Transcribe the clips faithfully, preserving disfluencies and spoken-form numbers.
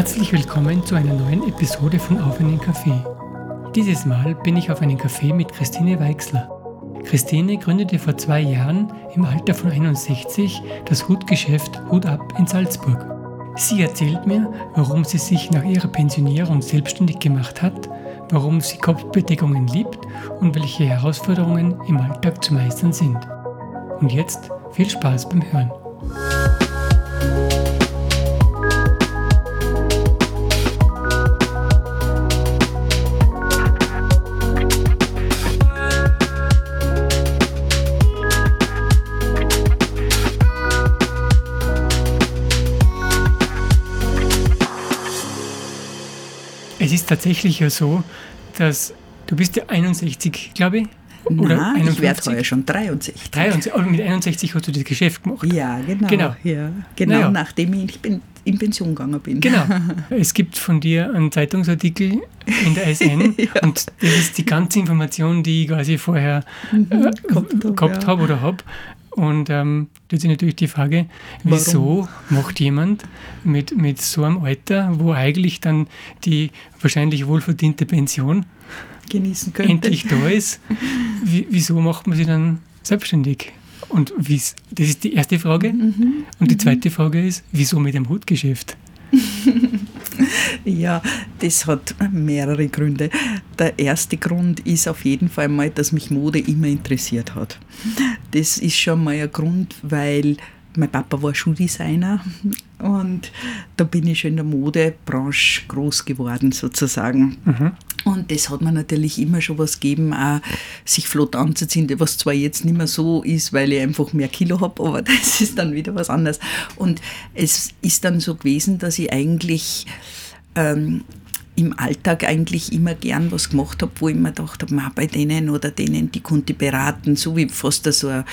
Herzlich willkommen zu einer neuen Episode von Auf einen Kaffee. Dieses Mal bin ich auf einen Kaffee mit Christine Weixler. Christine gründete vor zwei Jahren im Alter von einundsechzig das Hutgeschäft Hut Up in Salzburg. Sie erzählt mir, warum sie sich nach ihrer Pensionierung selbstständig gemacht hat, warum sie Kopfbedeckungen liebt und welche Herausforderungen im Alltag zu meistern sind. Und jetzt viel Spaß beim Hören. Es ist tatsächlich ja so, dass du bist ja einundsechzig, glaube ich. Oder Nein, einundfünfzig? Ich werde heuer schon dreiundsechzig. dreiundsechzig. Aber mit einundsechzig hast du das Geschäft gemacht. Ja, genau. Genau, ja, genau naja. Nachdem ich in Pension gegangen bin. Genau. Es gibt von dir einen Zeitungsartikel in der S N ja. Und das ist die ganze Information, die ich quasi vorher mhm, äh, gehabt habe ja. hab oder habe. Und ähm, da ist natürlich die Frage, wieso Warum? macht jemand mit, mit so einem Alter, wo eigentlich dann die wahrscheinlich wohlverdiente Pension genießen könnte, endlich da ist, wie, wieso macht man sich dann selbstständig? Und das ist die erste Frage. Mhm. Und die zweite Frage ist, wieso mit dem Hutgeschäft? Ja, das hat mehrere Gründe. Der erste Grund ist auf jeden Fall mal, dass mich Mode immer interessiert hat. Das ist schon mal ein Grund, weil mein Papa war Schuhdesigner und da bin ich schon in der Modebranche groß geworden sozusagen. Mhm. Und das hat mir natürlich immer schon was gegeben, auch sich flott anzuziehen, was zwar jetzt nicht mehr so ist, weil ich einfach mehr Kilo habe, aber das ist dann wieder was anderes. Und es ist dann so gewesen, dass ich eigentlich ähm, im Alltag eigentlich immer gern was gemacht habe, wo ich mir gedacht habe, bei denen oder denen, die konnte ich beraten, so wie fast so ein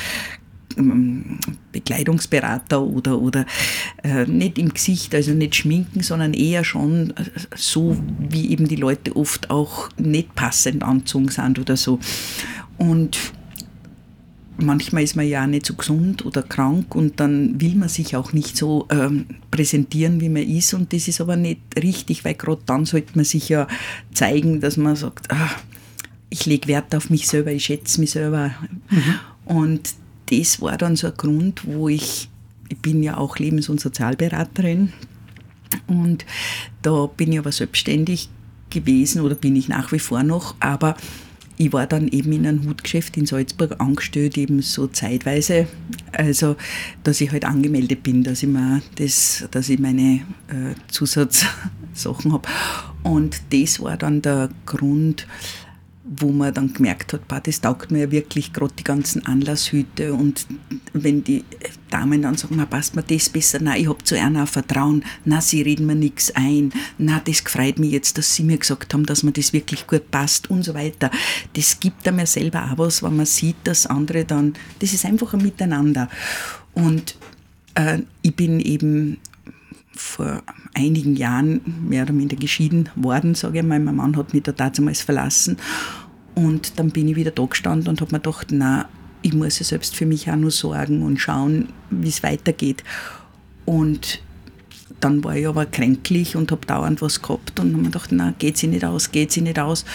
Bekleidungsberater oder, oder äh, nicht im Gesicht, also nicht schminken, sondern eher schon so, wie eben die Leute oft auch nicht passend angezogen sind oder so. Und manchmal ist man ja auch nicht so gesund oder krank und dann will man sich auch nicht so ähm, präsentieren, wie man ist, und das ist aber nicht richtig, weil gerade dann sollte man sich ja zeigen, dass man sagt, ah, ich lege Wert auf mich selber, ich schätze mich selber. Mhm. Und das war dann so ein Grund, wo ich, ich bin ja auch Lebens- und Sozialberaterin und da bin ich aber selbstständig gewesen oder bin ich nach wie vor noch, aber ich war dann eben in einem Hutgeschäft in Salzburg angestellt, eben so zeitweise, also dass ich halt angemeldet bin, dass ich, mir das, dass ich meine äh, Zusatzsachen habe, und das war dann der Grund, wo man dann gemerkt hat, boah, das taugt mir ja wirklich, gerade die ganzen Anlasshüte, und wenn die Damen dann sagen, passt mir das besser, nein, ich habe zu einer Vertrauen, nein, sie reden mir nichts ein, nein, das gefreut mich jetzt, dass sie mir gesagt haben, dass mir das wirklich gut passt und so weiter. Das gibt einem ja selber auch was, wenn man sieht, dass andere dann, das ist einfach ein Miteinander. Und äh, ich bin eben vor einigen Jahren mehr oder minder geschieden worden, sage ich mal. Mein Mann hat mich da damals verlassen und dann bin ich wieder da gestanden und habe mir gedacht, na, ich muss ja selbst für mich auch noch sorgen und schauen, wie es weitergeht. Und dann war ich aber kränklich und habe dauernd was gehabt und habe mir gedacht, na, geht sie nicht aus, geht sie nicht aus.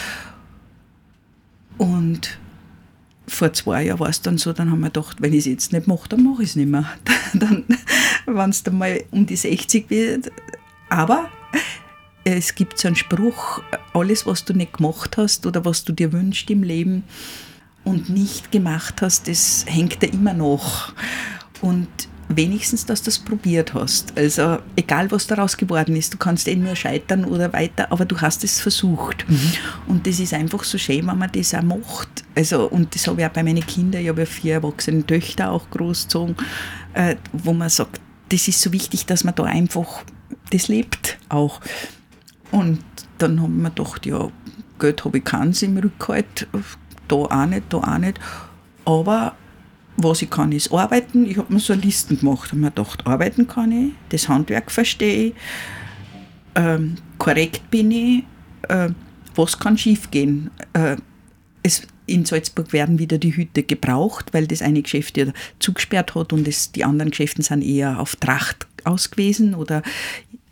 Und vor zwei Jahren war es dann so, dann haben wir gedacht, wenn ich es jetzt nicht mache, dann mache ich es nicht mehr. Dann, wenn es dann mal um die sechzig wird. Aber es gibt so einen Spruch, alles, was du nicht gemacht hast oder was du dir wünschst im Leben und nicht gemacht hast, das hängt dir immer noch. Und wenigstens, dass du das probiert hast. Also egal, was daraus geworden ist, du kannst eh nur scheitern oder weiter, aber du hast es versucht. Mhm. Und das ist einfach so schön, wenn man das auch macht. Also, und das habe ich auch bei meinen Kindern, ich habe ja vier erwachsene Töchter auch großgezogen, äh, wo man sagt, das ist so wichtig, dass man da einfach das lebt auch. Und dann haben wir gedacht, ja, Geld habe ich keins im Rückhalt, da auch nicht, da auch nicht, aber was ich kann, ist arbeiten. Ich habe mir so Listen gemacht und mir gedacht, arbeiten kann ich, das Handwerk verstehe ich, ähm, korrekt bin ich, äh, was kann schief gehen? Äh, es, in Salzburg werden wieder die Hüte gebraucht, weil das eine Geschäft ja zugesperrt hat und das, die anderen Geschäfte sind eher auf Tracht ausgewiesen oder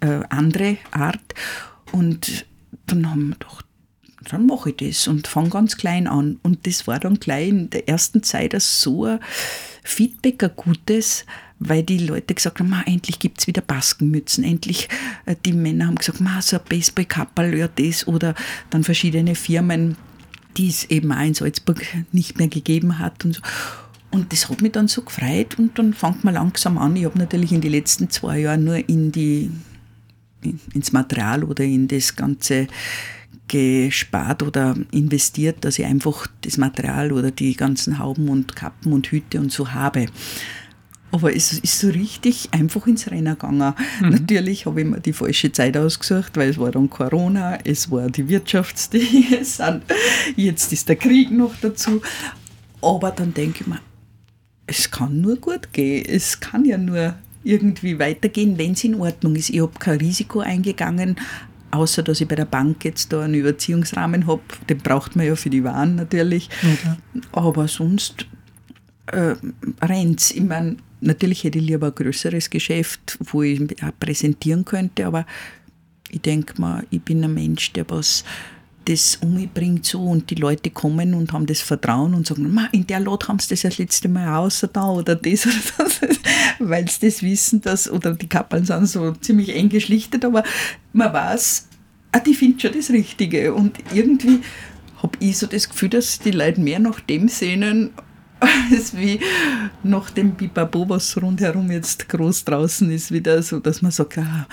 äh, andere Art. Und dann haben wir gedacht, dann mache ich das und fange ganz klein an. Und das war dann gleich in der ersten Zeit so ein Feedback, ein gutes, weil die Leute gesagt haben, endlich gibt es wieder Baskenmützen, endlich, äh, die Männer haben gesagt, so ein Baseballkapperl, ja das, oder dann verschiedene Firmen, die es eben auch in Salzburg nicht mehr gegeben hat und so. Und das hat mich dann so gefreut und dann fängt man langsam an. Ich habe natürlich in den letzten zwei Jahren nur in die, in, ins Material oder in das Ganze gespart oder investiert, dass ich einfach das Material oder die ganzen Hauben und Kappen und Hüte und so habe. Aber es ist so richtig einfach ins Rennen gegangen. Mhm. Natürlich habe ich mir die falsche Zeit ausgesucht, weil es war dann Corona, es war die Wirtschaftsdinge, jetzt ist der Krieg noch dazu. Aber dann denke ich mir, es kann nur gut gehen. Es kann ja nur irgendwie weitergehen, wenn es in Ordnung ist. Ich habe kein Risiko eingegangen, außer dass ich bei der Bank jetzt da einen Überziehungsrahmen habe. Den braucht man ja für die Waren natürlich. Okay. Aber sonst äh, rennt es. Ich meine, natürlich hätte ich lieber ein größeres Geschäft, wo ich auch präsentieren könnte, aber ich denke mal, ich bin ein Mensch, der was das um mich bringt so und die Leute kommen und haben das Vertrauen und sagen, in der Lot haben sie das das letzte Mal außer da oder das oder das, weil sie das wissen, dass, oder die Kappeln sind so ziemlich eng geschlichtet, aber man weiß, ah, die finden schon das Richtige und irgendwie habe ich so das Gefühl, dass die Leute mehr nach dem sehnen, als wie nach dem Bibabo, was rundherum jetzt groß draußen ist, wieder so, dass man sagt, ah,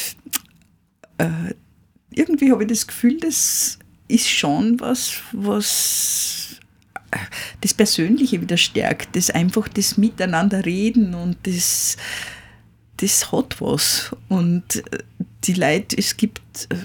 äh, irgendwie habe ich das Gefühl, das ist schon was, was das Persönliche wieder stärkt, das einfach das Miteinander reden und das, das hat was. Und die Leute, es gibt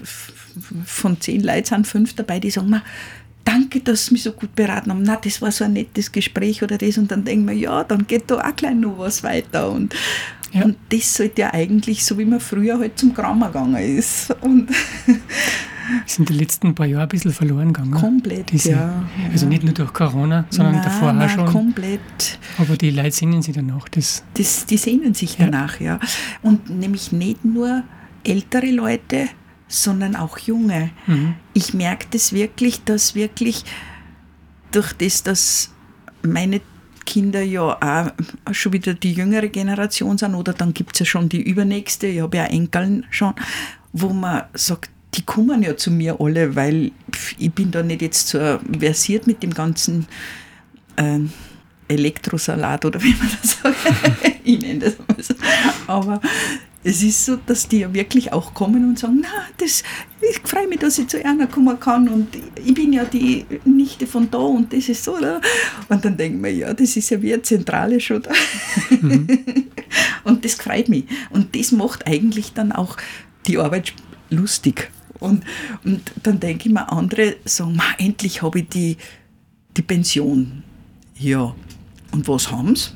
von zehn Leuten sind fünf dabei, die sagen, danke, dass sie mich so gut beraten haben. Na, das war so ein nettes Gespräch oder das. Und dann denken wir, ja, dann geht da auch gleich noch was weiter. Und Ja. Und das sollte ja eigentlich, so wie man früher halt zum Grammar gegangen ist. Und sind die letzten paar Jahre ein bisschen verloren gegangen. Komplett, Diese, ja. Also nicht nur durch Corona, sondern nein, davor nein, auch schon. Komplett. Aber die Leute sehnen sich danach. Das, das, die sehnen sich ja. danach, ja. Und nämlich nicht nur ältere Leute, sondern auch junge. Mhm. Ich merke das wirklich, dass wirklich durch das, dass meine Kinder ja auch schon wieder die jüngere Generation sind oder dann gibt es ja schon die übernächste, ich habe ja Enkeln schon, wo man sagt, die kommen ja zu mir alle, weil ich bin da nicht jetzt so versiert mit dem ganzen äh, Elektrosalat oder wie man das sagt. Ich nenne das mal so. Aber es ist so, dass die ja wirklich auch kommen und sagen, na, das, ich freue mich, dass ich zu einer kommen kann und ich bin ja die Nichte von da und das ist so. Oder? Und dann denken wir, ja, das ist ja wie eine Zentrale schon da. Mhm. Und das freut mich. Und das macht eigentlich dann auch die Arbeit lustig. Und, und dann denke ich mir, andere sagen, endlich habe ich die, die Pension. Ja, und was haben sie?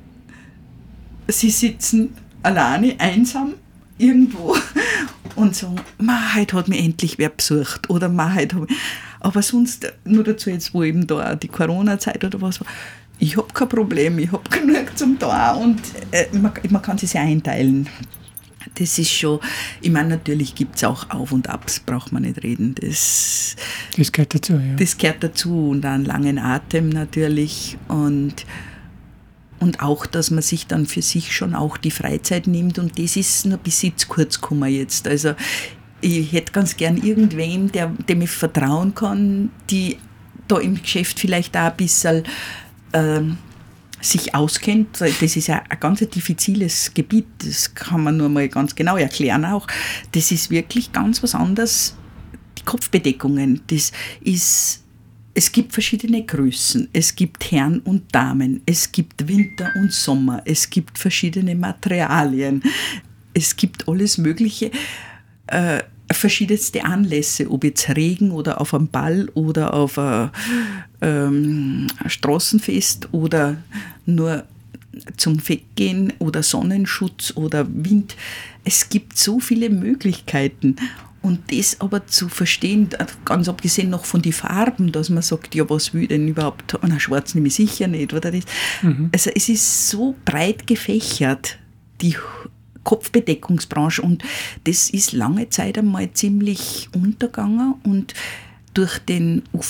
Sie sitzen alleine, einsam, irgendwo und sagen, ma, heute hat mich endlich wer besucht oder ma, heute habe ich... Aber sonst, nur dazu jetzt, wo eben da die Corona-Zeit oder was war, ich habe kein Problem, ich habe genug zum da und äh, man, man kann sich einteilen. Das ist schon, ich meine, natürlich gibt es auch Auf und Abs, braucht man nicht reden. Das, das gehört dazu, ja. Das gehört dazu und einen langen Atem natürlich und, und auch, dass man sich dann für sich schon auch die Freizeit nimmt und das ist noch ein bisschen zu kurz gekommen jetzt. Also ich hätte ganz gern irgendwem, der, dem ich vertrauen kann, die da im Geschäft vielleicht auch ein bisschen ähm, sich auskennt. Das ist ja ein ganz diffiziles Gebiet, das kann man nur mal ganz genau erklären auch. Das ist wirklich ganz was anderes, die Kopfbedeckungen. Das ist, es gibt verschiedene Größen, es gibt Herren und Damen, es gibt Winter und Sommer, es gibt verschiedene Materialien, es gibt alles Mögliche, äh, verschiedenste Anlässe, ob jetzt Regen oder auf einem Ball oder auf ein ähm, Straßenfest oder nur zum Weggehen oder Sonnenschutz oder Wind. Es gibt so viele Möglichkeiten und das aber zu verstehen, ganz abgesehen noch von den Farben, dass man sagt, ja, was will denn überhaupt, na, schwarz nehme ich sicher nicht. Oder das. Mhm. Also es ist so breit gefächert, die Kopfbedeckungsbranche und das ist lange Zeit einmal ziemlich untergegangen und durch den U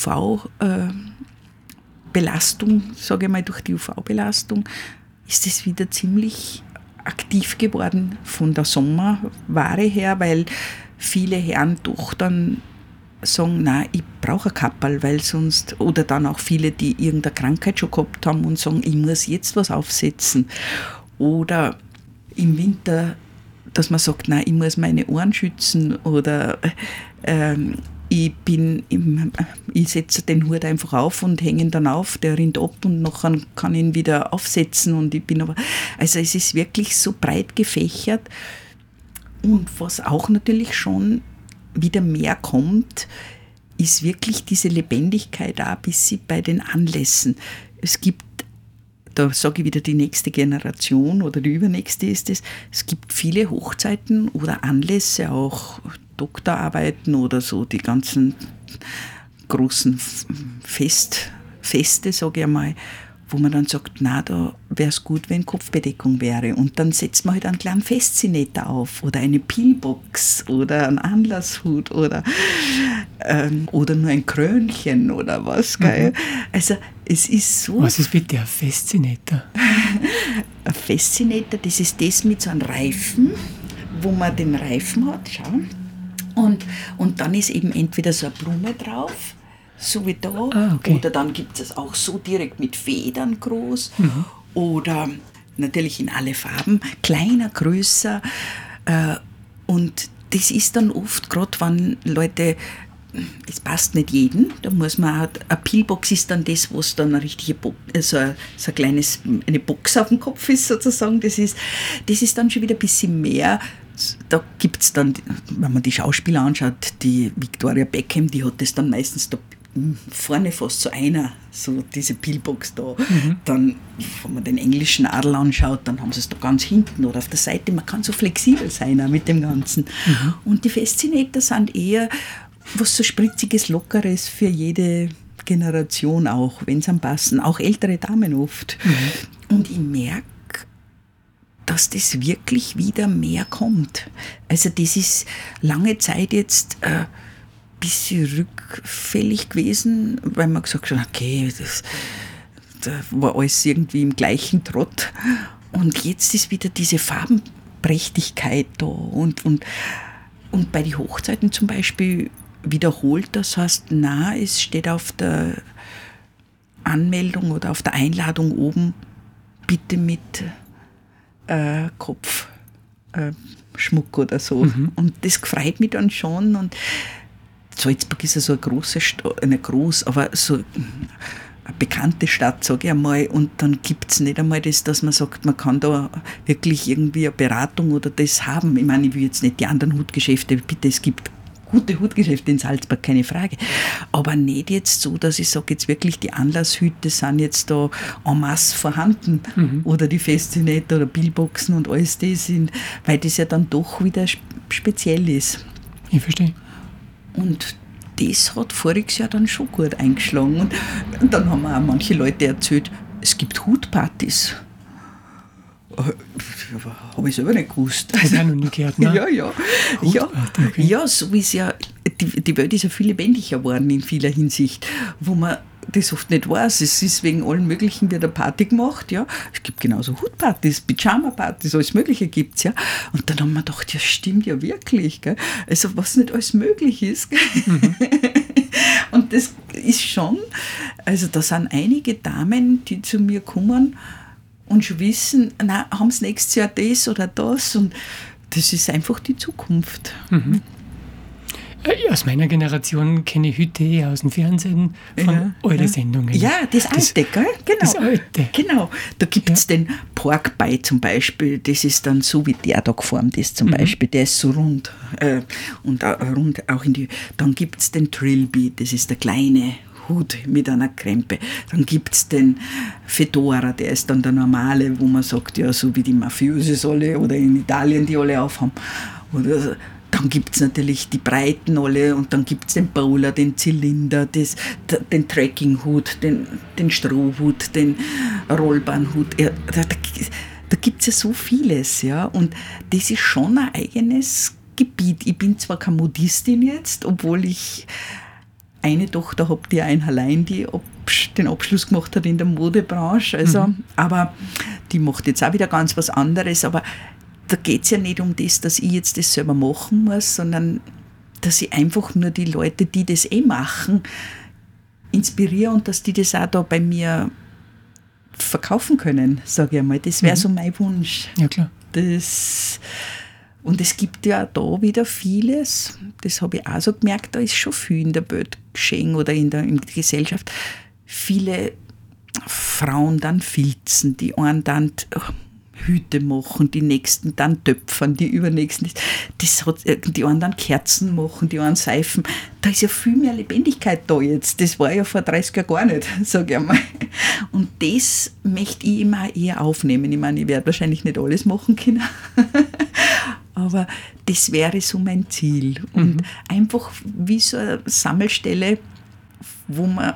V-Belastung, sage ich mal, durch die U V-Belastung ist es wieder ziemlich aktiv geworden von der Sommerware her, weil viele Herren doch dann sagen, nein, ich brauche ein Kapperl, weil sonst, oder dann auch viele, die irgendeine Krankheit schon gehabt haben und sagen, ich muss jetzt was aufsetzen. Oder im Winter, dass man sagt, nein, ich muss meine Ohren schützen oder ähm, ich bin im, ich setze den Hut einfach auf und hänge ihn dann auf, der rinnt ab und nachher kann ich ihn wieder aufsetzen und ich bin aber, also es ist wirklich so breit gefächert und was auch natürlich schon wieder mehr kommt, ist wirklich diese Lebendigkeit auch ein bisschen bei den Anlässen. Es gibt, da sage ich wieder die nächste Generation oder die übernächste ist es, es gibt viele Hochzeiten oder Anlässe, auch Doktorarbeiten oder so, die ganzen großen Fest, Feste, sage ich einmal, wo man dann sagt, na, da wäre es gut, wenn Kopfbedeckung wäre. Und dann setzt man halt einen kleinen Festzinneter auf oder eine Pillbox oder einen Anlasshut oder, ähm, oder nur ein Krönchen oder was. Gell? Mhm. Also es ist so... Was ist bitte ein Festzinneter? Ein Festzinneter, das ist das mit so einem Reifen, wo man den Reifen hat, schau. Und, und dann ist eben entweder so eine Blume drauf, so wie da, ah, okay. Oder dann gibt es auch so direkt mit Federn groß, mhm. Oder natürlich in alle Farben, kleiner, größer. Äh, und das ist dann oft, gerade wenn Leute, es passt nicht jedem, da muss man, auch, eine Pillbox ist dann das, was dann eine richtige Bo- so, ein, so ein kleines, eine Box auf dem Kopf ist sozusagen, das ist, das ist dann schon wieder ein bisschen mehr. Da gibt es dann, wenn man die Schauspieler anschaut, die Victoria Beckham, die hat das dann meistens da vorne fast so einer, so diese Pillbox da. Mhm. Dann, wenn man den englischen Adel anschaut, dann haben sie es da ganz hinten oder auf der Seite. Man kann so flexibel sein auch mit dem Ganzen. Mhm. Und die Festzinneter sind eher was so Spritziges, Lockeres für jede Generation auch, wenn sie passen. Auch ältere Damen oft. Mhm. Und ich merke, dass das wirklich wieder mehr kommt. Also das ist lange Zeit jetzt ein äh, bisschen rückfällig gewesen, weil man gesagt hat, okay, das, das war alles irgendwie im gleichen Trott. Und jetzt ist wieder diese Farbenprächtigkeit da. Und, und, und bei den Hochzeiten zum Beispiel wiederholt das, heißt, na, es steht auf der Anmeldung oder auf der Einladung oben, bitte mit Äh, Kopfschmuck äh, oder so. Mhm. Und das freut mich dann schon. Und Salzburg ist ja so eine große Stadt, nicht groß, aber so eine bekannte Stadt, sage ich einmal. Und dann gibt es nicht einmal das, dass man sagt, man kann da wirklich irgendwie eine Beratung oder das haben. Ich meine, ich will jetzt nicht die anderen Hutgeschäfte, bitte, es gibt gute Hutgeschäfte in Salzburg, keine Frage. Aber nicht jetzt so, dass ich sage, jetzt wirklich die Anlasshüte sind jetzt da en masse vorhanden. Mhm. Oder die Festzinneter oder Pillboxen und alles das sind, weil das ja dann doch wieder speziell ist. Ich verstehe. Und das hat voriges Jahr dann schon gut eingeschlagen. Und dann haben mir auch manche Leute erzählt, es gibt Hutpartys. Habe ich selber nicht gewusst. Das habe ich noch nie gehört, ne? Ja, ja. Ja, okay. Ja, so ist ja, die, die Welt ist ja viel lebendiger geworden in vieler Hinsicht, wo man das oft nicht weiß. Es ist wegen allen möglichen wird eine Party gemacht, ja. Es gibt genauso Hutpartys, Pyjama-Partys, alles Mögliche gibt es, ja. Und dann haben wir gedacht, ja, stimmt ja wirklich, gell. Also was nicht alles möglich ist, gell? Mhm. Und das ist schon, also da sind einige Damen, die zu mir kommen und schon wissen, na, haben sie nächstes Jahr das oder das und das ist einfach die Zukunft. Mhm. Aus meiner Generation kenne ich Hütte eh aus dem Fernsehen von ja, alten ja. Sendungen. Ja, das alte, das, gell? Genau. Das alte. Genau. Da gibt es ja. den Porkpie zum Beispiel, das ist dann so, wie der da geformt ist zum mhm. Beispiel, der ist so rund. Äh, und auch, rund auch in die. Dann gibt es den Trilby, das ist der kleine Hut mit einer Krempe. Dann gibt es den Fedora, der ist dann der normale, wo man sagt, ja, so wie die Mafiosis alle oder in Italien, die alle aufhaben. Oder dann gibt es natürlich die Breiten alle und dann gibt es den Bowler, den Zylinder, das, den Trekkinghut, den, den Strohhut, den Rollbahnhut. Ja, da gibt es ja so vieles, ja, und das ist schon ein eigenes Gebiet. Ich bin zwar keine Modistin jetzt, obwohl ich eine Tochter habe, die ein allein die Abs- den Abschluss gemacht hat in der Modebranche, also, mhm. aber die macht jetzt auch wieder ganz was anderes, aber da geht es ja nicht um das, dass ich jetzt das selber machen muss, sondern dass ich einfach nur die Leute, die das eh machen, inspiriere und dass die das auch da bei mir verkaufen können, sage ich einmal. Das wäre mhm. so mein Wunsch. Ja, klar. Das, und es gibt ja da wieder vieles, das habe ich auch so gemerkt, da ist schon viel in der Welt geschehen oder in der, in der Gesellschaft. Viele Frauen dann filzen, die einen dann Hüte machen, die nächsten dann töpfern, die übernächsten, das hat, die einen dann Kerzen machen, die einen Seifen. Da ist ja viel mehr Lebendigkeit da jetzt. Das war ja vor dreißig Jahren gar nicht, sage ich einmal. Und das möchte ich immer eher aufnehmen. Ich meine, ich werde wahrscheinlich nicht alles machen können, aber das wäre so mein Ziel. Und mhm. einfach wie so eine Sammelstelle, wo man,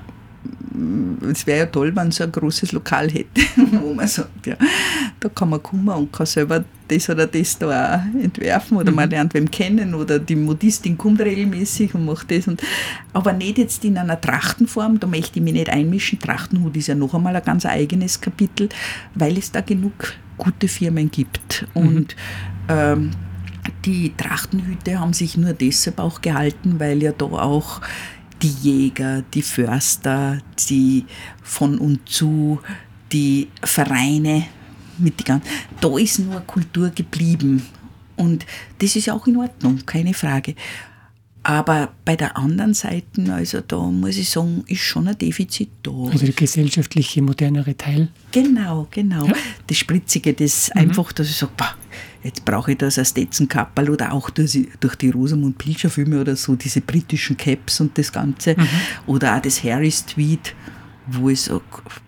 es wäre ja toll, wenn man so ein großes Lokal hätte, wo man sagt, ja, da kann man kommen und kann selber das oder das da auch entwerfen oder mhm. man lernt wem kennen oder die Modistin kommt regelmäßig und macht das. Und, aber nicht jetzt in einer Trachtenform, da möchte ich mich nicht einmischen. Trachtenhut ist ja noch einmal ein ganz eigenes Kapitel, weil es da genug gute Firmen gibt. Mhm. Und ähm, die Trachtenhüte haben sich nur deshalb auch gehalten, weil ja da auch die Jäger, die Förster, die von und zu, die Vereine, mit die ganzen, da ist nur Kultur geblieben. Und das ist ja auch in Ordnung, keine Frage. Aber bei der anderen Seite, also da muss ich sagen, ist schon ein Defizit da. Also der gesellschaftliche, modernere Teil? Genau, genau. Ja. Das Spritzige, das mhm. einfach, dass ich sage, boah, jetzt brauche ich das als Stetson-Kapperl oder auch durch, durch die Rosamund Pilcher-Filme oder so, diese britischen Caps und das Ganze. Mhm. Oder auch das Harris-Tweed, wo ich sage,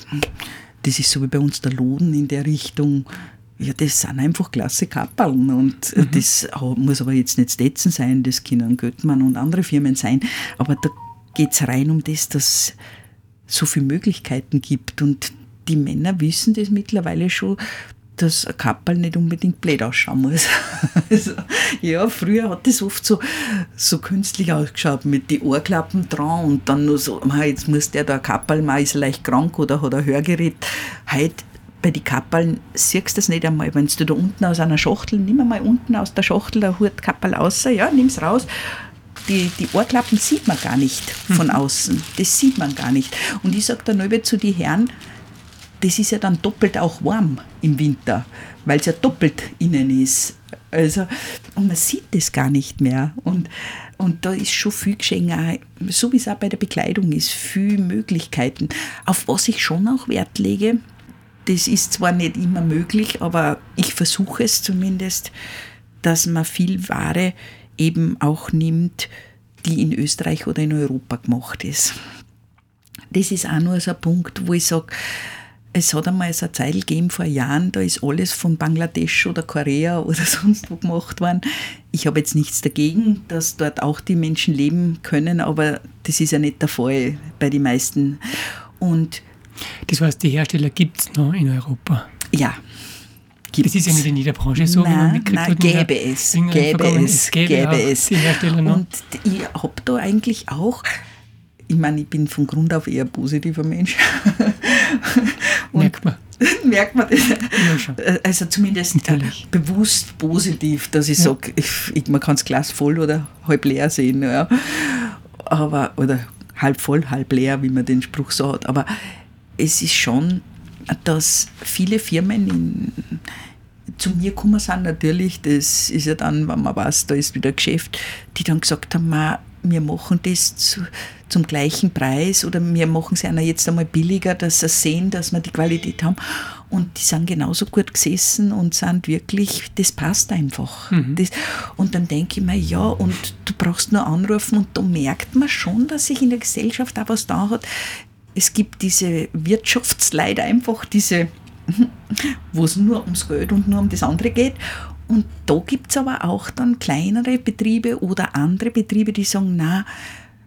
das ist so wie bei uns der Loden in der Richtung. Ja, das sind einfach klasse Kapperln und mhm. das muss aber jetzt nicht Stetson sein, das können Göttmann und andere Firmen sein, aber da geht es rein um das, dass es so viele Möglichkeiten gibt und die Männer wissen das mittlerweile schon, dass ein Kapperl nicht unbedingt blöd ausschauen muss. Also, ja, früher hat das oft so, so künstlich ausgeschaut mit den Ohrklappen dran und dann nur so, jetzt muss der da ein Kapperl machen, ist leicht krank oder hat ein Hörgerät. Heute bei den Kapperln siehst du das nicht einmal, wenn du da unten aus einer Schachtel, nimm mal unten aus der Schachtel ein Hut-Kapperl raus, ja, nimm's raus. Die, die Ohrklappen sieht man gar nicht von außen, das sieht man gar nicht. Und ich sage dann immer zu den Herren, das ist ja dann doppelt auch warm im Winter, weil es ja doppelt innen ist. Also, und man sieht das gar nicht mehr. Und, und da ist schon viel geschehen, auch, so wie es auch bei der Bekleidung ist, viele Möglichkeiten. Auf was ich schon auch Wert lege, das ist zwar nicht immer möglich, aber ich versuche es zumindest, dass man viel Ware eben auch nimmt, die in Österreich oder in Europa gemacht ist. Das ist auch nur so ein Punkt, wo ich sage, es hat einmal so eine Zeit gegeben, vor Jahren, da ist alles von Bangladesch oder Korea oder sonst wo gemacht worden. Ich habe jetzt nichts dagegen, dass dort auch die Menschen leben können, aber das ist ja nicht der Fall bei den meisten. Und das heißt, die Hersteller gibt es noch in Europa? Ja. Gibt's. Das ist ja nicht in jeder Branche so, nein, wie man mitkriegt. Nein, gäbe es, gäbe es, gäbe, gäbe es. Die Hersteller noch. Und ich habe da eigentlich auch, ich meine, ich bin von Grund auf eher ein positiver Mensch. Merkt man. Merkt man das? Ja, schon. Also zumindest Natürlich. bewusst positiv, dass ich ja. sage, ich, man kann das Glas voll oder halb leer sehen. Ja. Aber, oder halb voll, halb leer, wie man den Spruch so hat. Aber es ist schon, dass viele Firmen in, zu mir gekommen sind, natürlich, das ist ja dann, wenn man weiß, da ist wieder Geschäft, die dann gesagt haben, wir machen das zu, zum gleichen Preis oder wir machen es einer jetzt einmal billiger, dass sie sehen, dass wir die Qualität haben. Und die sind genauso gut gesessen und sind wirklich, das passt einfach. Mhm. Das, und dann denke ich mir, ja, und du brauchst nur anrufen und da merkt man schon, dass sich in der Gesellschaft auch was da hat. Es gibt diese Wirtschaftsleute einfach, diese, wo es nur ums Geld und nur um das andere geht. Und da gibt es aber auch dann kleinere Betriebe oder andere Betriebe, die sagen, na,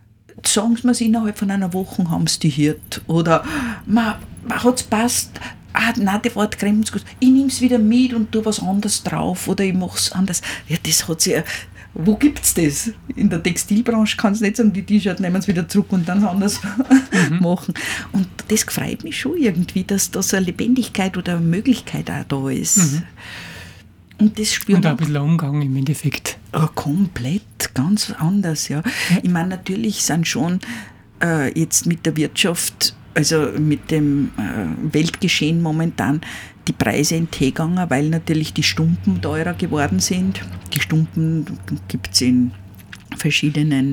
sagen sie mir, innerhalb von einer Woche haben sie die Hirt. Oder man, man hat es passt, ah, nein, der Wort Kremsguss, ich nehme es wieder mit und tue was anderes drauf oder ich mache es anders. Ja, das hat sich, wo gibt es das? In der Textilbranche kann es nicht sagen, die T-Shirt nehmen es wieder zurück und dann anders mhm. machen. Und das freut mich schon irgendwie, dass da so eine Lebendigkeit oder eine Möglichkeit auch da ist. Mhm. Und das spürt Und auch ein bisschen Umgang im Endeffekt. Oh, komplett, ganz anders, ja. ja. Ich meine, natürlich sind schon äh, jetzt mit der Wirtschaft, also mit dem äh, Weltgeschehen momentan, die Preise in Tee gegangen, weil natürlich die Stumpen teurer geworden sind. Die Stumpen gibt es in verschiedenen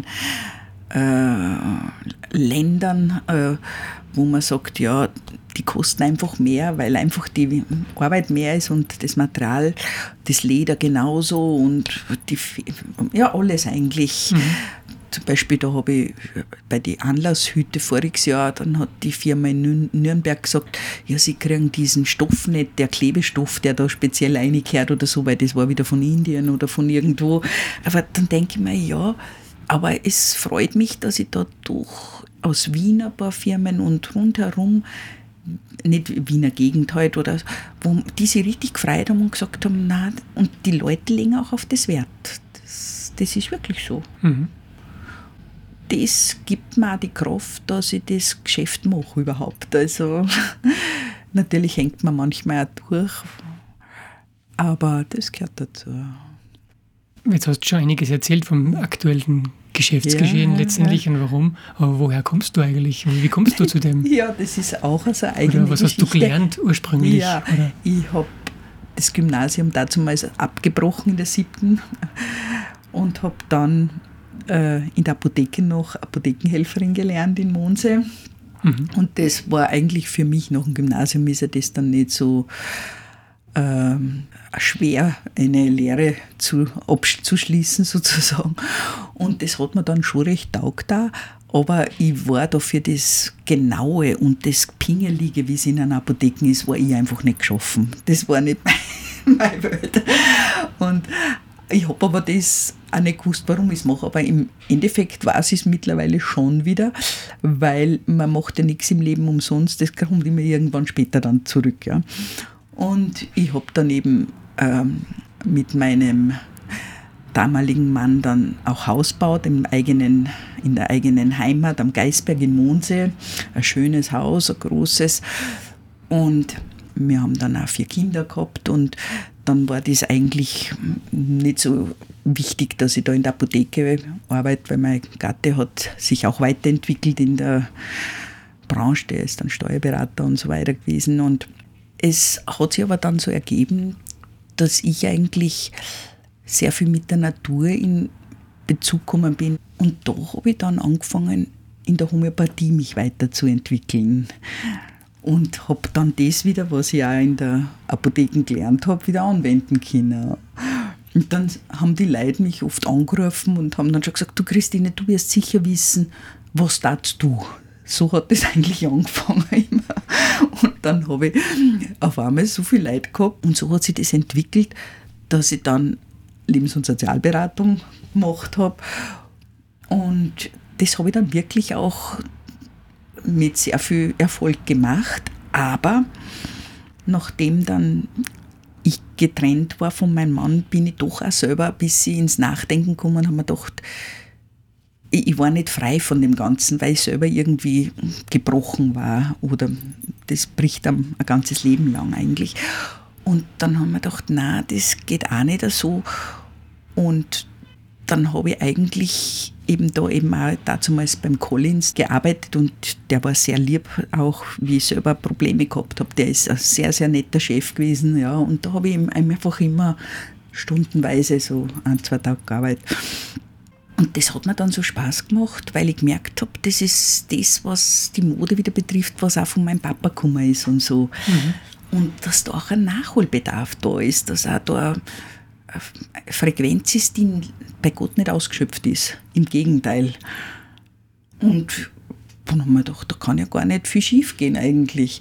äh, Ländern, äh, wo man sagt, ja, die kosten einfach mehr, weil einfach die Arbeit mehr ist und das Material, das Leder genauso und die, ja, alles eigentlich. Mhm. Zum Beispiel, da habe ich bei den Anlasshüte voriges Jahr, dann hat die Firma in Nürnberg gesagt, ja, sie kriegen diesen Stoff nicht, der Klebestoff, der da speziell reingehört oder so, weil das war wieder von Indien oder von irgendwo. Aber dann denke ich mir, ja, aber es freut mich, dass ich da doch aus Wien ein paar Firmen und rundherum, nicht Wiener Gegend halt, oder wo die sich richtig gefreut haben und gesagt haben, nein, und die Leute legen auch auf das Wert. Das, das ist wirklich so. Mhm. Das gibt mir auch die Kraft, dass ich das Geschäft mache überhaupt. Also natürlich hängt man manchmal auch durch, aber das gehört dazu. Jetzt hast du schon einiges erzählt vom aktuellen Geschäftsgeschehen ja, letztendlich ja. und warum. Aber woher kommst du eigentlich? Wie kommst du zu dem? Ja, das ist auch so eine eigene Oder was Geschichte. Hast du gelernt ursprünglich? Ja, oder? Ich habe das Gymnasium damals abgebrochen in der siebten und habe dann äh, in der Apotheke noch Apothekenhelferin gelernt in Mondsee. Mhm. Und das war eigentlich für mich nach dem Gymnasium, ist ja das dann nicht so ähm, schwer, eine Lehre zu, abzuschließen sozusagen. Und das hat mir dann schon recht taugt da. Aber ich war da für das Genaue und das Pingelige, wie es in einer Apotheke ist, war ich einfach nicht geschaffen. Das war nicht meine Welt. Und ich habe aber das auch nicht gewusst, warum ich es mache. Aber im Endeffekt weiß ich es mittlerweile schon wieder, weil man macht ja nichts im Leben umsonst. Das kommt immer irgendwann später dann zurück. Ja. Und ich habe dann eben ähm, mit meinem damaligen Mann dann auch Haus gebaut, im eigenen, in der eigenen Heimat am Geisberg in Mondsee. Ein schönes Haus, ein großes. Und wir haben dann auch vier Kinder gehabt und dann war das eigentlich nicht so wichtig, dass ich da in der Apotheke arbeite, weil mein Gatte hat sich auch weiterentwickelt in der Branche, der ist dann Steuerberater und so weiter gewesen. Und es hat sich aber dann so ergeben, dass ich eigentlich sehr viel mit der Natur in Bezug gekommen bin. Und da habe ich dann angefangen, in der Homöopathie mich weiterzuentwickeln. Und habe dann das wieder, was ich auch in der Apotheke gelernt habe, wieder anwenden können. Und dann haben die Leute mich oft angerufen und haben dann schon gesagt, du Christine, du wirst sicher wissen, was darfst du? So hat das eigentlich angefangen immer. Und dann habe ich auf einmal so viele Leute gehabt und so hat sich das entwickelt, dass ich dann Lebens- und Sozialberatung gemacht habe. Und das habe ich dann wirklich auch mit sehr viel Erfolg gemacht. Aber nachdem dann ich getrennt war von meinem Mann, bin ich doch auch selber ein bisschen ins Nachdenken gekommen und habe mir gedacht, ich war nicht frei von dem Ganzen, weil ich selber irgendwie gebrochen war. Oder das bricht einem ein ganzes Leben lang eigentlich. Und dann haben wir gedacht, nein, das geht auch nicht so. Und dann habe ich eigentlich eben da eben auch damals beim Collins gearbeitet und der war sehr lieb, auch wie ich selber Probleme gehabt habe. Der ist ein sehr, sehr netter Chef gewesen. Ja. Und da habe ich ihm einfach immer stundenweise so ein, zwei Tage gearbeitet. Und das hat mir dann so Spaß gemacht, weil ich gemerkt habe, das ist das, was die Mode wieder betrifft, was auch von meinem Papa gekommen ist und so. Mhm. Und dass da auch ein Nachholbedarf da ist, dass auch da eine Frequenz ist, die bei Gott nicht ausgeschöpft ist. Im Gegenteil. Und dann haben wir gedacht, da kann ja gar nicht viel schief gehen eigentlich.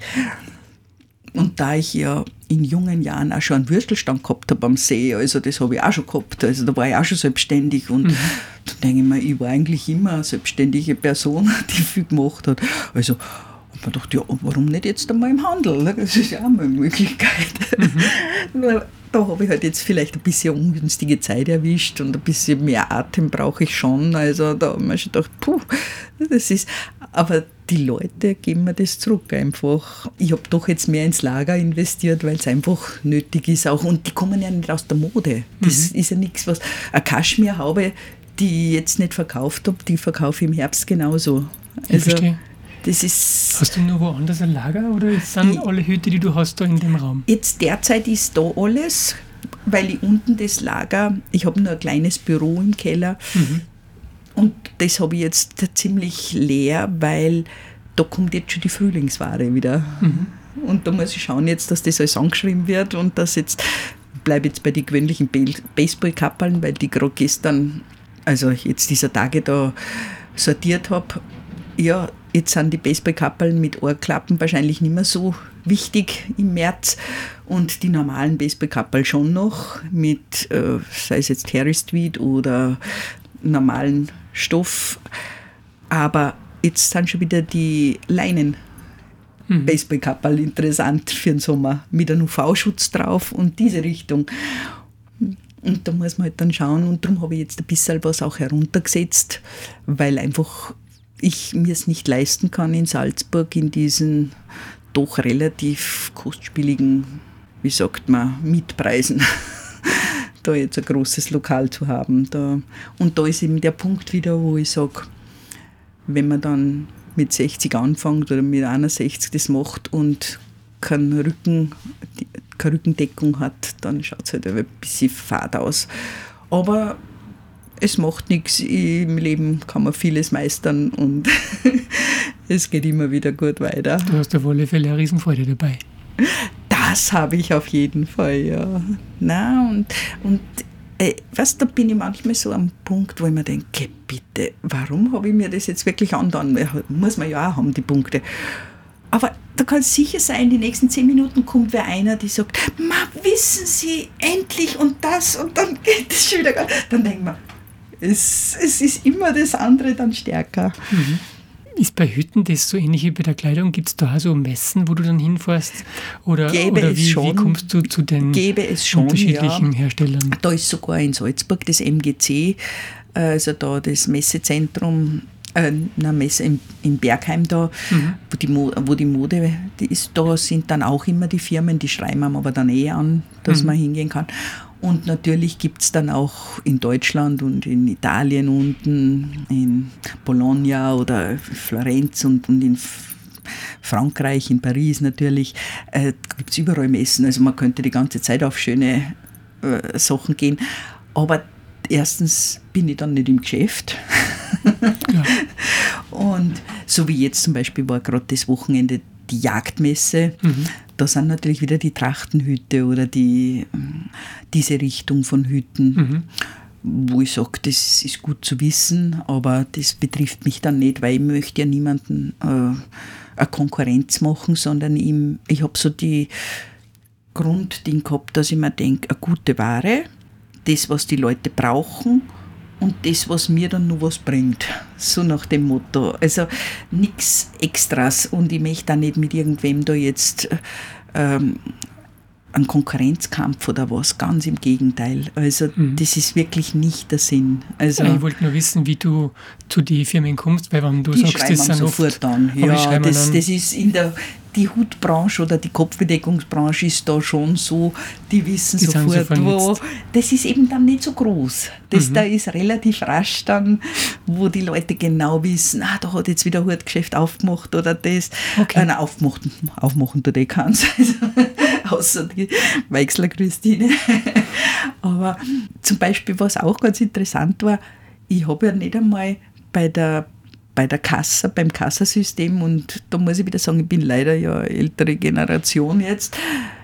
Und da ich ja in jungen Jahren auch schon einen Würstelstand gehabt habe am See, also das habe ich auch schon gehabt, also da war ich auch schon selbstständig und mhm. dann denke ich mir, ich war eigentlich immer eine selbstständige Person, die viel gemacht hat. Also man gedacht, ja, warum nicht jetzt einmal im Handel? Das ist ja auch mal eine Möglichkeit. Mhm. Nur, da habe ich halt jetzt vielleicht ein bisschen ungünstige Zeit erwischt und ein bisschen mehr Atem brauche ich schon. Also da habe ich mir schon gedacht, puh, das ist, aber die Leute geben mir das zurück einfach. Ich habe doch jetzt mehr ins Lager investiert, weil es einfach nötig ist auch. Und die kommen ja nicht aus der Mode. Das mhm. ist ja nichts, was, eine Kaschmirhaube, die ich jetzt nicht verkauft habe, die verkaufe ich im Herbst genauso. Ich also, verstehe. Das ist hast du noch woanders ein Lager oder sind ich, alle Hüte, die du hast, da in dem Raum? Jetzt derzeit ist da alles, weil ich unten das Lager, ich habe nur ein kleines Büro im Keller mhm. und das habe ich jetzt ziemlich leer, weil da kommt jetzt schon die Frühlingsware wieder. Mhm. Und da muss ich schauen jetzt, dass das alles angeschrieben wird und dass jetzt, bleibe jetzt bei den gewöhnlichen Baseballkappeln, weil die gerade gestern, also jetzt dieser Tage da sortiert habe. Ja, jetzt sind die Baseballkappeln mit Ohrklappen wahrscheinlich nicht mehr so wichtig im März und die normalen Baseballkappeln schon noch mit, äh, sei es jetzt Harris Tweed oder normalen Stoff, aber jetzt sind schon wieder die Leinen mhm. Baseballkappeln interessant für den Sommer mit einem U V-Schutz drauf und diese Richtung. Und da muss man halt dann schauen und darum habe ich jetzt ein bisschen was auch heruntergesetzt, weil einfach ich mir es nicht leisten kann, in Salzburg in diesen doch relativ kostspieligen, wie sagt man, Mietpreisen, da jetzt ein großes Lokal zu haben. Da. Und da ist eben der Punkt wieder, wo ich sage, wenn man dann mit sechzig anfängt oder mit einundsechzig das macht und keinen Rücken, keine Rückendeckung hat, dann schaut es halt ein bisschen fad aus. Aber es macht nichts, im Leben kann man vieles meistern und es geht immer wieder gut weiter. Du hast auf alle Fälle eine Riesenfreude dabei. Das habe ich auf jeden Fall, ja. Na, und und äh, was, da bin ich manchmal so am Punkt, wo ich mir denke, bitte, warum habe ich mir das jetzt wirklich angetan? Muss man ja auch haben, die Punkte. Aber da kann es sicher sein, die nächsten zehn Minuten kommt wer einer, die sagt, Ma, wissen Sie, endlich und das und dann geht es schon wieder. Dann denkt man, Es, es ist immer das andere dann stärker. Mhm. Ist bei Hütten das so ähnlich wie bei der Kleidung? Gibt es da so Messen, wo du dann hinfährst? Oder, Gäbe oder es wie, schon, wie kommst du zu den Gäbe es schon, unterschiedlichen ja. Herstellern? Da ist sogar in Salzburg das M G C, also da das Messezentrum, äh, nein, Messe in, in Bergheim da, mhm. wo, die Mo- wo die Mode die ist, da sind dann auch immer die Firmen, die schreiben einem aber dann eh an, dass mhm. man hingehen kann. Und natürlich gibt es dann auch in Deutschland und in Italien unten, in Bologna oder Florenz und, und in Frankreich, in Paris natürlich, äh, gibt es überall Messen. Also man könnte die ganze Zeit auf schöne äh, Sachen gehen. Aber erstens bin ich dann nicht im Geschäft. Ja. Und so wie jetzt zum Beispiel war gerade das Wochenende die Jagdmesse, mhm. da sind natürlich wieder die Trachtenhüte oder die, diese Richtung von Hüten, mhm. wo ich sage, das ist gut zu wissen, aber das betrifft mich dann nicht, weil ich möchte ja niemanden äh, eine Konkurrenz machen, sondern ihm, ich habe so die Grundding gehabt, dass ich mir denke, eine gute Ware, das, was die Leute brauchen, und das, was mir dann noch was bringt. So nach dem Motto. Also nichts Extras und ich möchte auch nicht mit irgendwem da jetzt ähm, einen Konkurrenzkampf oder was. Ganz im Gegenteil. Also mhm. das ist wirklich nicht der Sinn. Also, ich wollte nur wissen, wie du zu den Firmen kommst, weil wenn du die sagst, das sind sofort oft, dann. Ja, das, das ist in der die Hutbranche oder die Kopfbedeckungsbranche ist da schon so, die wissen die sofort, so wo. Das ist eben dann nicht so groß. Das mhm. da ist relativ rasch dann, wo die Leute genau wissen, ah, da hat jetzt wieder ein Hutgeschäft aufgemacht oder das. Okay. Äh, nein, aufgemacht, aufmachen tut eh keins. Also, außer die Weixler Christine. Aber zum Beispiel, was auch ganz interessant war, ich habe ja nicht einmal bei der bei der Kasse, beim Kassasystem, und da muss ich wieder sagen, ich bin leider ja ältere Generation jetzt,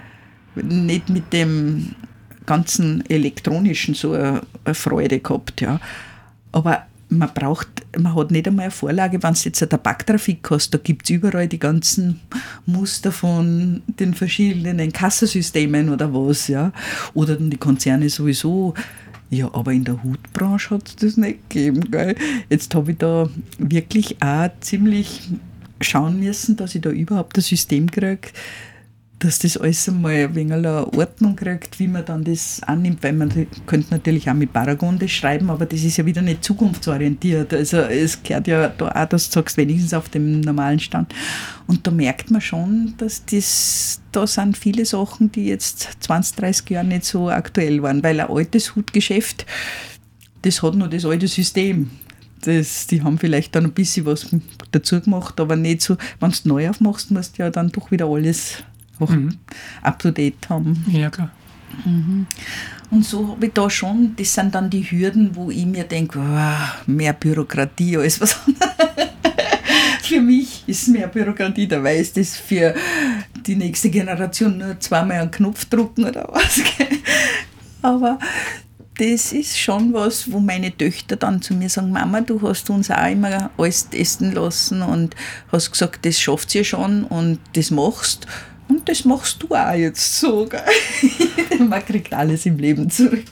nicht mit dem ganzen Elektronischen so eine, eine Freude gehabt, ja. Aber man braucht, man hat nicht einmal eine Vorlage, wenn du jetzt eine Tabaktrafik hast, da gibt es überall die ganzen Muster von den verschiedenen Kassasystemen oder was, ja. Oder dann die Konzerne sowieso. Ja, aber in der Hutbranche hat es das nicht gegeben, gell? Jetzt habe ich da wirklich auch ziemlich schauen müssen, dass ich da überhaupt ein System kriege, dass das alles einmal ein wenig eine Ordnung kriegt, wie man dann das annimmt, weil man könnte natürlich auch mit Paragon das schreiben, aber das ist ja wieder nicht zukunftsorientiert. Also es gehört ja da auch, dass du sagst, wenigstens auf dem normalen Stand. Und da merkt man schon, dass das, da sind viele Sachen, die jetzt zwanzig, dreißig Jahre nicht so aktuell waren, weil ein altes Hutgeschäft, das hat noch das alte System. Das, die haben vielleicht dann ein bisschen was dazu gemacht, aber nicht so, wenn du neu aufmachst, musst du ja dann doch wieder alles mhm. up-to-date haben. Ja, klar. Mhm. Und so habe ich da schon, das sind dann die Hürden, wo ich mir denke, wow, mehr Bürokratie als was anderes. Für mich ist mehr Bürokratie, da weiß das für die nächste Generation nur zweimal einen Knopf drücken oder was. Aber das ist schon was, wo meine Töchter dann zu mir sagen, Mama, du hast uns auch immer alles testen lassen und hast gesagt, das schafft ihr schon und das machst. Und das machst du auch jetzt so. Gell? Man kriegt alles im Leben zurück.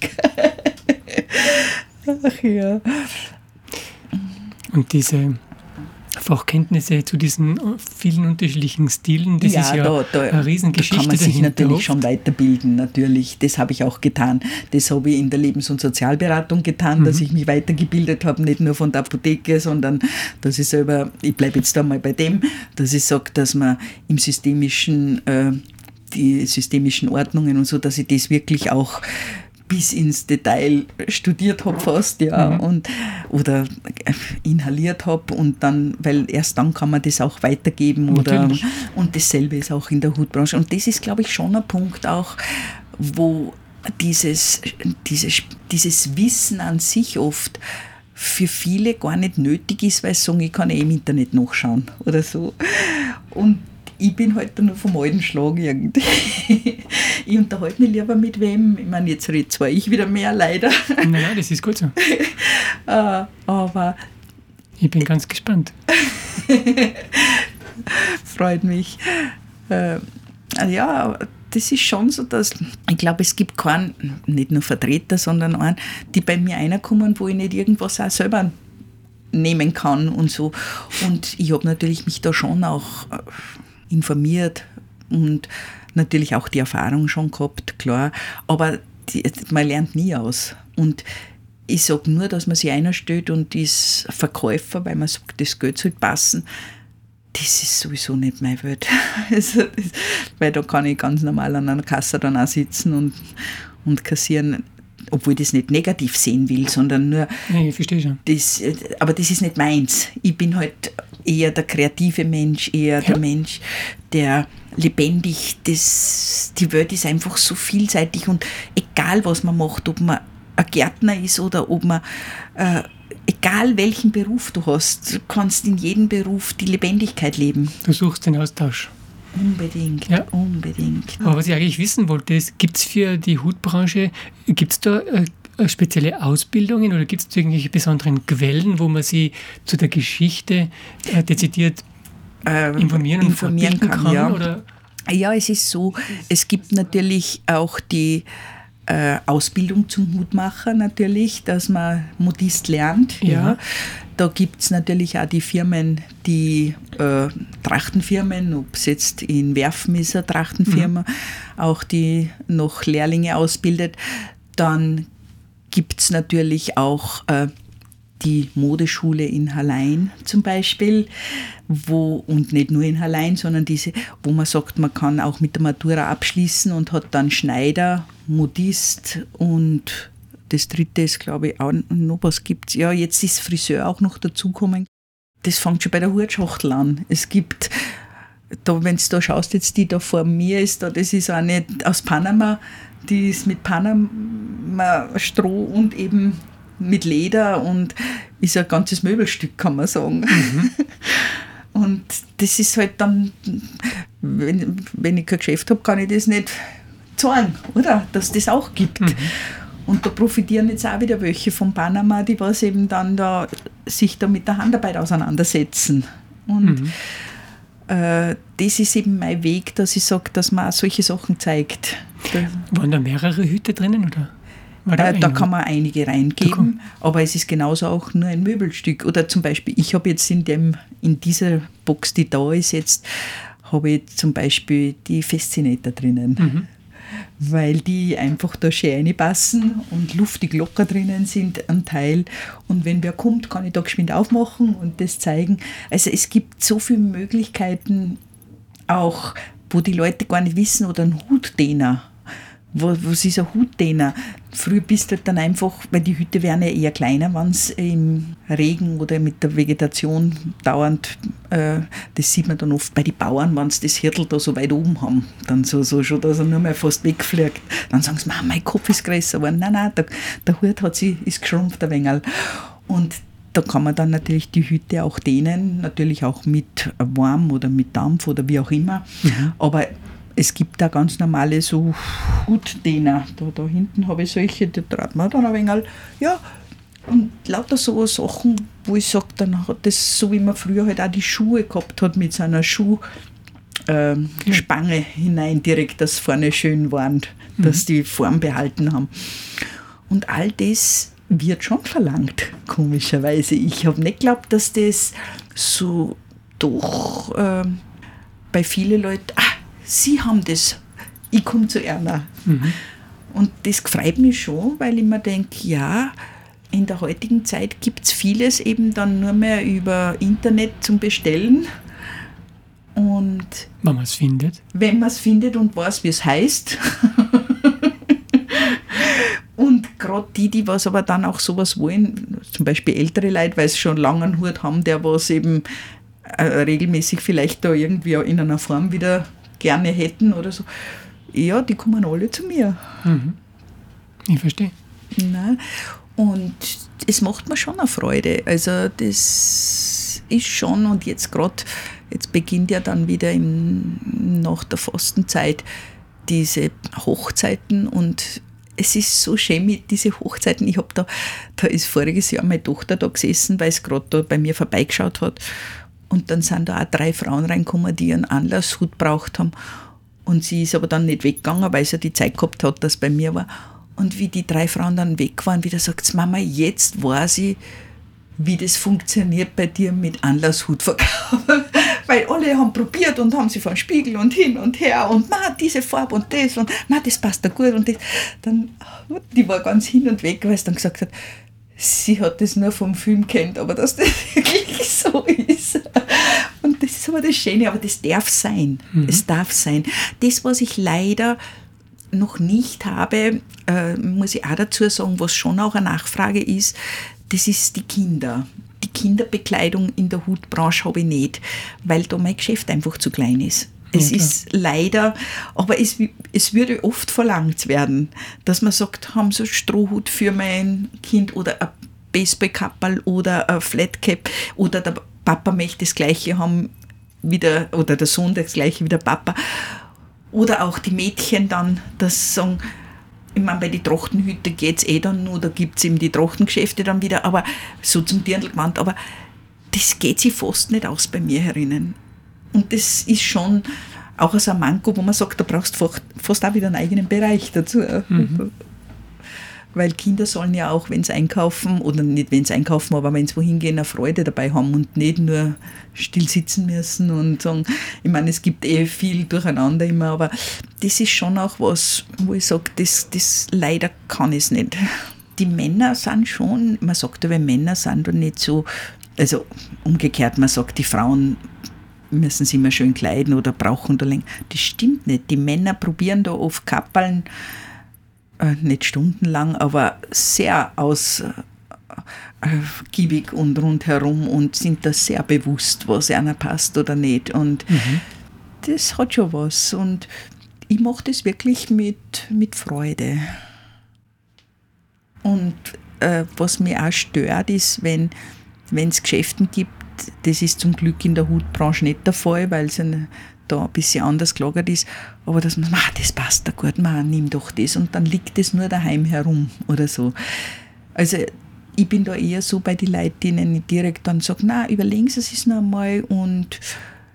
Ach ja. Und diese Fachkenntnisse zu diesen vielen unterschiedlichen Stilen, das ja, ist ja da, da, eine Riesengeschichte. Da kann man sich dahinter natürlich oft. schon weiterbilden, natürlich. Das habe ich auch getan. Das habe ich in der Lebens- und Sozialberatung getan, mhm. dass ich mich weitergebildet habe, nicht nur von der Apotheke, sondern dass ich selber, ich bleibe jetzt da mal bei dem, dass ich sage, dass man im systemischen, äh, die systemischen Ordnungen und so, dass ich das wirklich auch bis ins Detail studiert habe fast, ja, mhm. und, oder inhaliert habe und dann, weil erst dann kann man das auch weitergeben oder, und dasselbe ist auch in der Hutbranche und das ist, glaube ich, schon ein Punkt auch, wo dieses, dieses, dieses Wissen an sich oft für viele gar nicht nötig ist, weil sie sagen, ich kann eh im Internet nachschauen oder so und ich bin halt nur vom alten Schlag irgendwie. Ich unterhalte mich lieber mit wem. Ich meine, jetzt rede zwar ich wieder mehr, leider. Nein, nein, das ist gut so. uh, aber ich bin ganz gespannt. Freut mich. Uh, ja, das ist schon so, dass ich glaube, es gibt keinen, nicht nur Vertreter, sondern einen, die bei mir reinkommen, wo ich nicht irgendwas auch selber nehmen kann und so. Und ich habe natürlich mich da schon auch informiert und natürlich auch die Erfahrung schon gehabt, klar, aber die, man lernt nie aus. Und ich sage nur, dass man sich einstellt und ist Verkäufer, weil man sagt, das Geld soll passen, das ist sowieso nicht meine Welt. Also das, weil da kann ich ganz normal an einer Kasse dann auch sitzen und, und kassieren, obwohl ich das nicht negativ sehen will, sondern nur... Ja, ich verstehe schon. Das, aber das ist nicht meins. Ich bin halt eher der kreative Mensch, eher ja. der Mensch, der lebendig, das, die Welt ist einfach so vielseitig und egal, was man macht, ob man ein Gärtner ist oder ob man, äh, egal welchen Beruf du hast, du kannst in jedem Beruf die Lebendigkeit leben. Du suchst den Austausch. Unbedingt, ja. unbedingt. Aber was ich eigentlich wissen wollte, ist, gibt es für die Hutbranche, gibt es da äh, spezielle Ausbildungen oder gibt es irgendwelche besonderen Quellen, wo man sich zu der Geschichte äh, dezidiert äh, informieren und informieren kann? kann ja. Oder? ja, es ist so, es gibt natürlich auch die äh, Ausbildung zum Hutmacher natürlich, dass man Modist lernt. Ja. ja. Da gibt es natürlich auch die Firmen, die äh, Trachtenfirmen, ob es jetzt in Werfen ist, eine Trachtenfirma, mhm. auch die noch Lehrlinge ausbildet. Dann gibt es natürlich auch äh, die Modeschule in Hallein zum Beispiel, wo, und nicht nur in Hallein, sondern diese, wo man sagt, man kann auch mit der Matura abschließen und hat dann Schneider, Modist und das dritte ist, glaube ich, auch noch was gibt es. Ja, jetzt ist Friseur auch noch dazugekommen. Das fängt schon bei der Hutschachtel an. Es gibt, da, wenn du da schaust, jetzt die da vor mir ist, da, das ist eine aus Panama, die ist mit Panama-Stroh und eben mit Leder und ist ein ganzes Möbelstück, kann man sagen. Mhm. Und das ist halt dann, wenn, wenn ich kein Geschäft habe, kann ich das nicht zahlen, oder? Dass es das auch gibt. Mhm. Und da profitieren jetzt auch wieder welche von Panama, die was eben dann da sich da mit der Handarbeit auseinandersetzen. Und mhm. äh, das ist eben mein Weg, dass ich sage, dass man auch solche Sachen zeigt. Waren da mehrere Hüte drinnen, oder? Da, da kann man einige reingeben, aber es ist genauso auch nur ein Möbelstück. Oder zum Beispiel, ich habe jetzt in, dem, in dieser Box, die da ist jetzt, habe ich zum Beispiel die Fascinator drinnen. Mhm. Weil die einfach da schön reinpassen und luftig locker drinnen sind, ein Teil. Und wenn wer kommt, kann ich da geschwind aufmachen und das zeigen. Also es gibt so viele Möglichkeiten, auch wo die Leute gar nicht wissen, oder ein Hutdehner. Was ist ein Hutdehner? Früher bist du halt dann einfach, weil die Hüte werden ja eher kleiner, wenn es im Regen oder mit der Vegetation dauernd, äh, das sieht man dann oft bei den Bauern, wenn sie das Hirtel da so weit oben haben, dann so, so schon, dass er nur mal fast wegfliegt. Dann sagen sie, mein Kopf ist größer geworden. Nein, nein, der, der Hut hat sie, ist geschrumpft ein wenig. Und da kann man dann natürlich die Hüte auch dehnen, natürlich auch mit Warm oder mit Dampf oder wie auch immer. Mhm. Aber es gibt da ganz normale so Hutdehner. Da, da hinten habe ich solche, da traut man dann ein wenig, ja, und lauter so Sachen, wo ich sage, dann hat das, so wie man früher halt auch die Schuhe gehabt hat, mit so einer Schuhspange äh, hinein, direkt, dass vorne schön waren, mhm. dass die Form behalten haben. Und all das wird schon verlangt, komischerweise. Ich habe nicht geglaubt, dass das so doch äh, bei vielen Leuten, ah, sie haben das, ich komme zu Erna. Mhm. Und das freut mich schon, weil ich mir denke, ja, in der heutigen Zeit gibt es vieles eben dann nur mehr über Internet zum Bestellen. Und wenn man es findet. Wenn man es findet und weiß, wie es heißt. Und gerade die, die was aber dann auch sowas wollen, zum Beispiel ältere Leute, weil sie schon lange einen Hut haben, der was eben äh, regelmäßig vielleicht da irgendwie in einer Form wieder gerne hätten oder so. Ja, die kommen alle zu mir. Mhm. Ich verstehe. Na, und es macht mir schon eine Freude. Also das ist schon, und jetzt gerade, jetzt beginnt ja dann wieder im, nach der Fastenzeit diese Hochzeiten, und es ist so schön mit diesen Hochzeiten. Ich habe da, da ist voriges Jahr meine Tochter da gesessen, weil es gerade da bei mir vorbeigeschaut hat. Und dann sind da auch drei Frauen reingekommen, die einen Anlasshut braucht haben. Und sie ist aber dann nicht weggegangen, weil sie ja die Zeit gehabt hat, dass bei mir war. Und wie die drei Frauen dann weg waren, wieder sagt sie, Mama, jetzt weiß ich, wie das funktioniert bei dir mit Anlasshutverkauf. Weil alle haben probiert und haben sie vor den Spiegel und hin und her und ma, diese Farbe und das und ma, das passt da gut. Und das. Dann, die war ganz hin und weg, weil sie dann gesagt hat, sie hat das nur vom Film kennt, aber dass das wirklich so ist. Und das ist aber das Schöne, aber das darf sein. Mhm. Es darf sein. Das, was ich leider noch nicht habe, äh, muss ich auch dazu sagen, was schon auch eine Nachfrage ist, das ist die Kinder. Die Kinderbekleidung in der Hutbranche habe ich nicht, weil da mein Geschäft einfach zu klein ist. Es ja, ist leider, aber es, es würde oft verlangt werden, dass man sagt, haben Sie einen Strohhut für mein Kind oder ein Baseballkapperl oder ein Flatcap oder der Papa möchte das Gleiche haben wie der, oder der Sohn das Gleiche wie der Papa. Oder auch die Mädchen dann, das sagen, ich meine, bei den Trachtenhüten geht es eh dann nur, da gibt es eben die Trachtengeschäfte dann wieder, aber so zum Dirndlgewand, aber das geht sich fast nicht aus bei mir herinnen. Und das ist schon auch so ein Manko, wo man sagt, da brauchst du fast auch wieder einen eigenen Bereich dazu. Mhm. Weil Kinder sollen ja auch, wenn sie einkaufen, oder nicht wenn sie einkaufen, aber wenn sie wohin gehen, eine Freude dabei haben und nicht nur still sitzen müssen und sagen, ich meine, es gibt eh viel durcheinander immer, aber das ist schon auch was, wo ich sage, das, das leider kann ich es nicht. Die Männer sind schon, man sagt aber, Männer sind doch nicht so, also umgekehrt, man sagt, die Frauen müssen sich immer schön kleiden oder brauchen da länger. Das stimmt nicht. Die Männer probieren da oft Kapperln, äh, nicht stundenlang, aber sehr ausgiebig äh, und rundherum und sind da sehr bewusst, was einer passt oder nicht. Und mhm. das hat schon was. Und ich mache das wirklich mit, mit Freude. Und äh, was mich auch stört, ist, wenn es Geschäften gibt, das ist zum Glück in der Hutbranche nicht der Fall, weil es da ein bisschen anders gelagert ist, aber dass man, ah, das passt da gut, man nimm doch das und dann liegt das nur daheim herum oder so. Also ich bin da eher so bei den Leuten, denen ich direkt dann sage, na, überlegen Sie es noch einmal und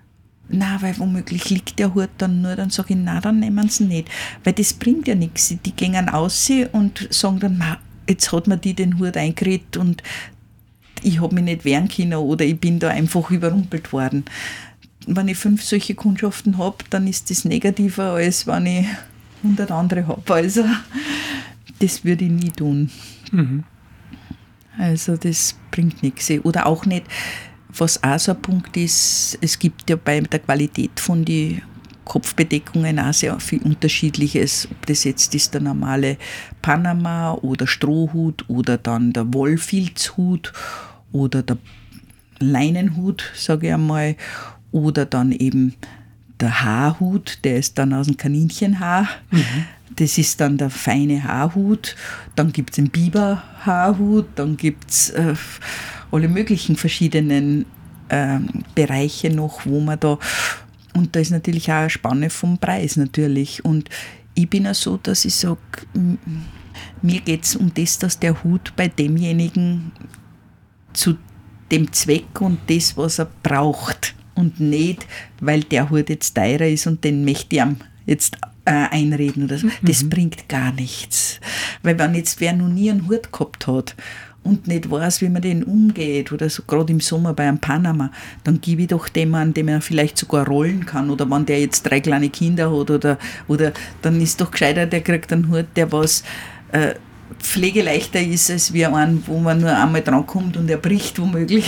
na, weil womöglich liegt der Hut dann nur, dann sage ich, na, dann nehmen sie nicht. Weil das bringt ja nichts. Die gehen aus und sagen dann, na, jetzt hat mir die den Hut eingeredet und ich habe mich nicht wehren können oder ich bin da einfach überrumpelt worden. Wenn ich fünf solche Kundschaften habe, dann ist das negativer, als wenn ich hundert andere habe. Also das würde ich nie tun. Mhm. Also das bringt nichts. Oder auch nicht, was auch so ein Punkt ist, es gibt ja bei der Qualität von den Kopfbedeckungen auch sehr viel Unterschiedliches. Ob das jetzt ist der normale Panama oder Strohhut oder dann der Wollfilzhut oder der Leinenhut, sage ich einmal, oder dann eben der Haarhut, der ist dann aus dem Kaninchenhaar. Mhm. Das ist dann der feine Haarhut. Dann gibt es den Biberhaarhut, dann gibt es äh, alle möglichen verschiedenen äh, Bereiche noch, wo man da, und da ist natürlich auch eine Spanne vom Preis natürlich. Und ich bin ja so, dass ich sage, mir geht es um das, dass der Hut bei demjenigen zu dem Zweck und das, was er braucht, und nicht, weil der Hut jetzt teurer ist und den möchte ich ihm jetzt äh, einreden oder so. Mhm. Das bringt gar nichts. Weil wenn jetzt wer noch nie einen Hut gehabt hat und nicht weiß, wie man den umgeht oder so, gerade im Sommer bei einem Panama, dann gebe ich doch dem an, dem er vielleicht sogar rollen kann, oder wenn der jetzt drei kleine Kinder hat oder, oder dann ist doch gescheiter, der kriegt einen Hut, der was äh, pflegeleichter ist, als wie einen, wo man nur einmal drankommt und er bricht womöglich.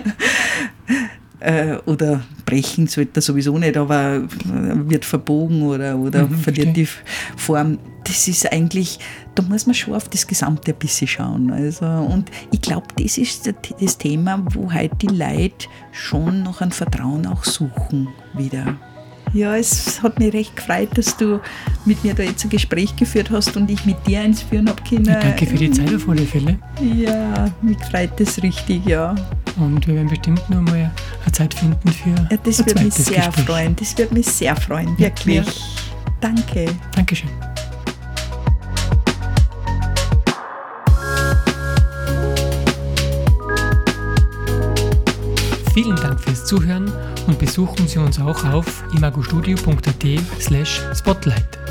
Oder brechen sollte er sowieso nicht, aber wird verbogen oder, oder mhm, verliert die Form. Das ist eigentlich, da muss man schon auf das Gesamte ein bisschen schauen. Also, und ich glaube, das ist das Thema, wo halt die Leute schon noch ein Vertrauen auch suchen wieder. Ja, es hat mich recht gefreut, dass du mit mir da jetzt ein Gespräch geführt hast und ich mit dir eins führen habe können. Ja, danke für die Zeit auf alle Fälle. Ja, mich freut das richtig, ja. Und wir werden bestimmt noch mal eine Zeit finden für ja, das ein wird mich sehr Gespräch. freuen. Das wird mich sehr freuen, wirklich. Ja. Danke. Dankeschön. Vielen Dank fürs Zuhören und besuchen Sie uns auch auf imagostudio punkt at slash spotlight.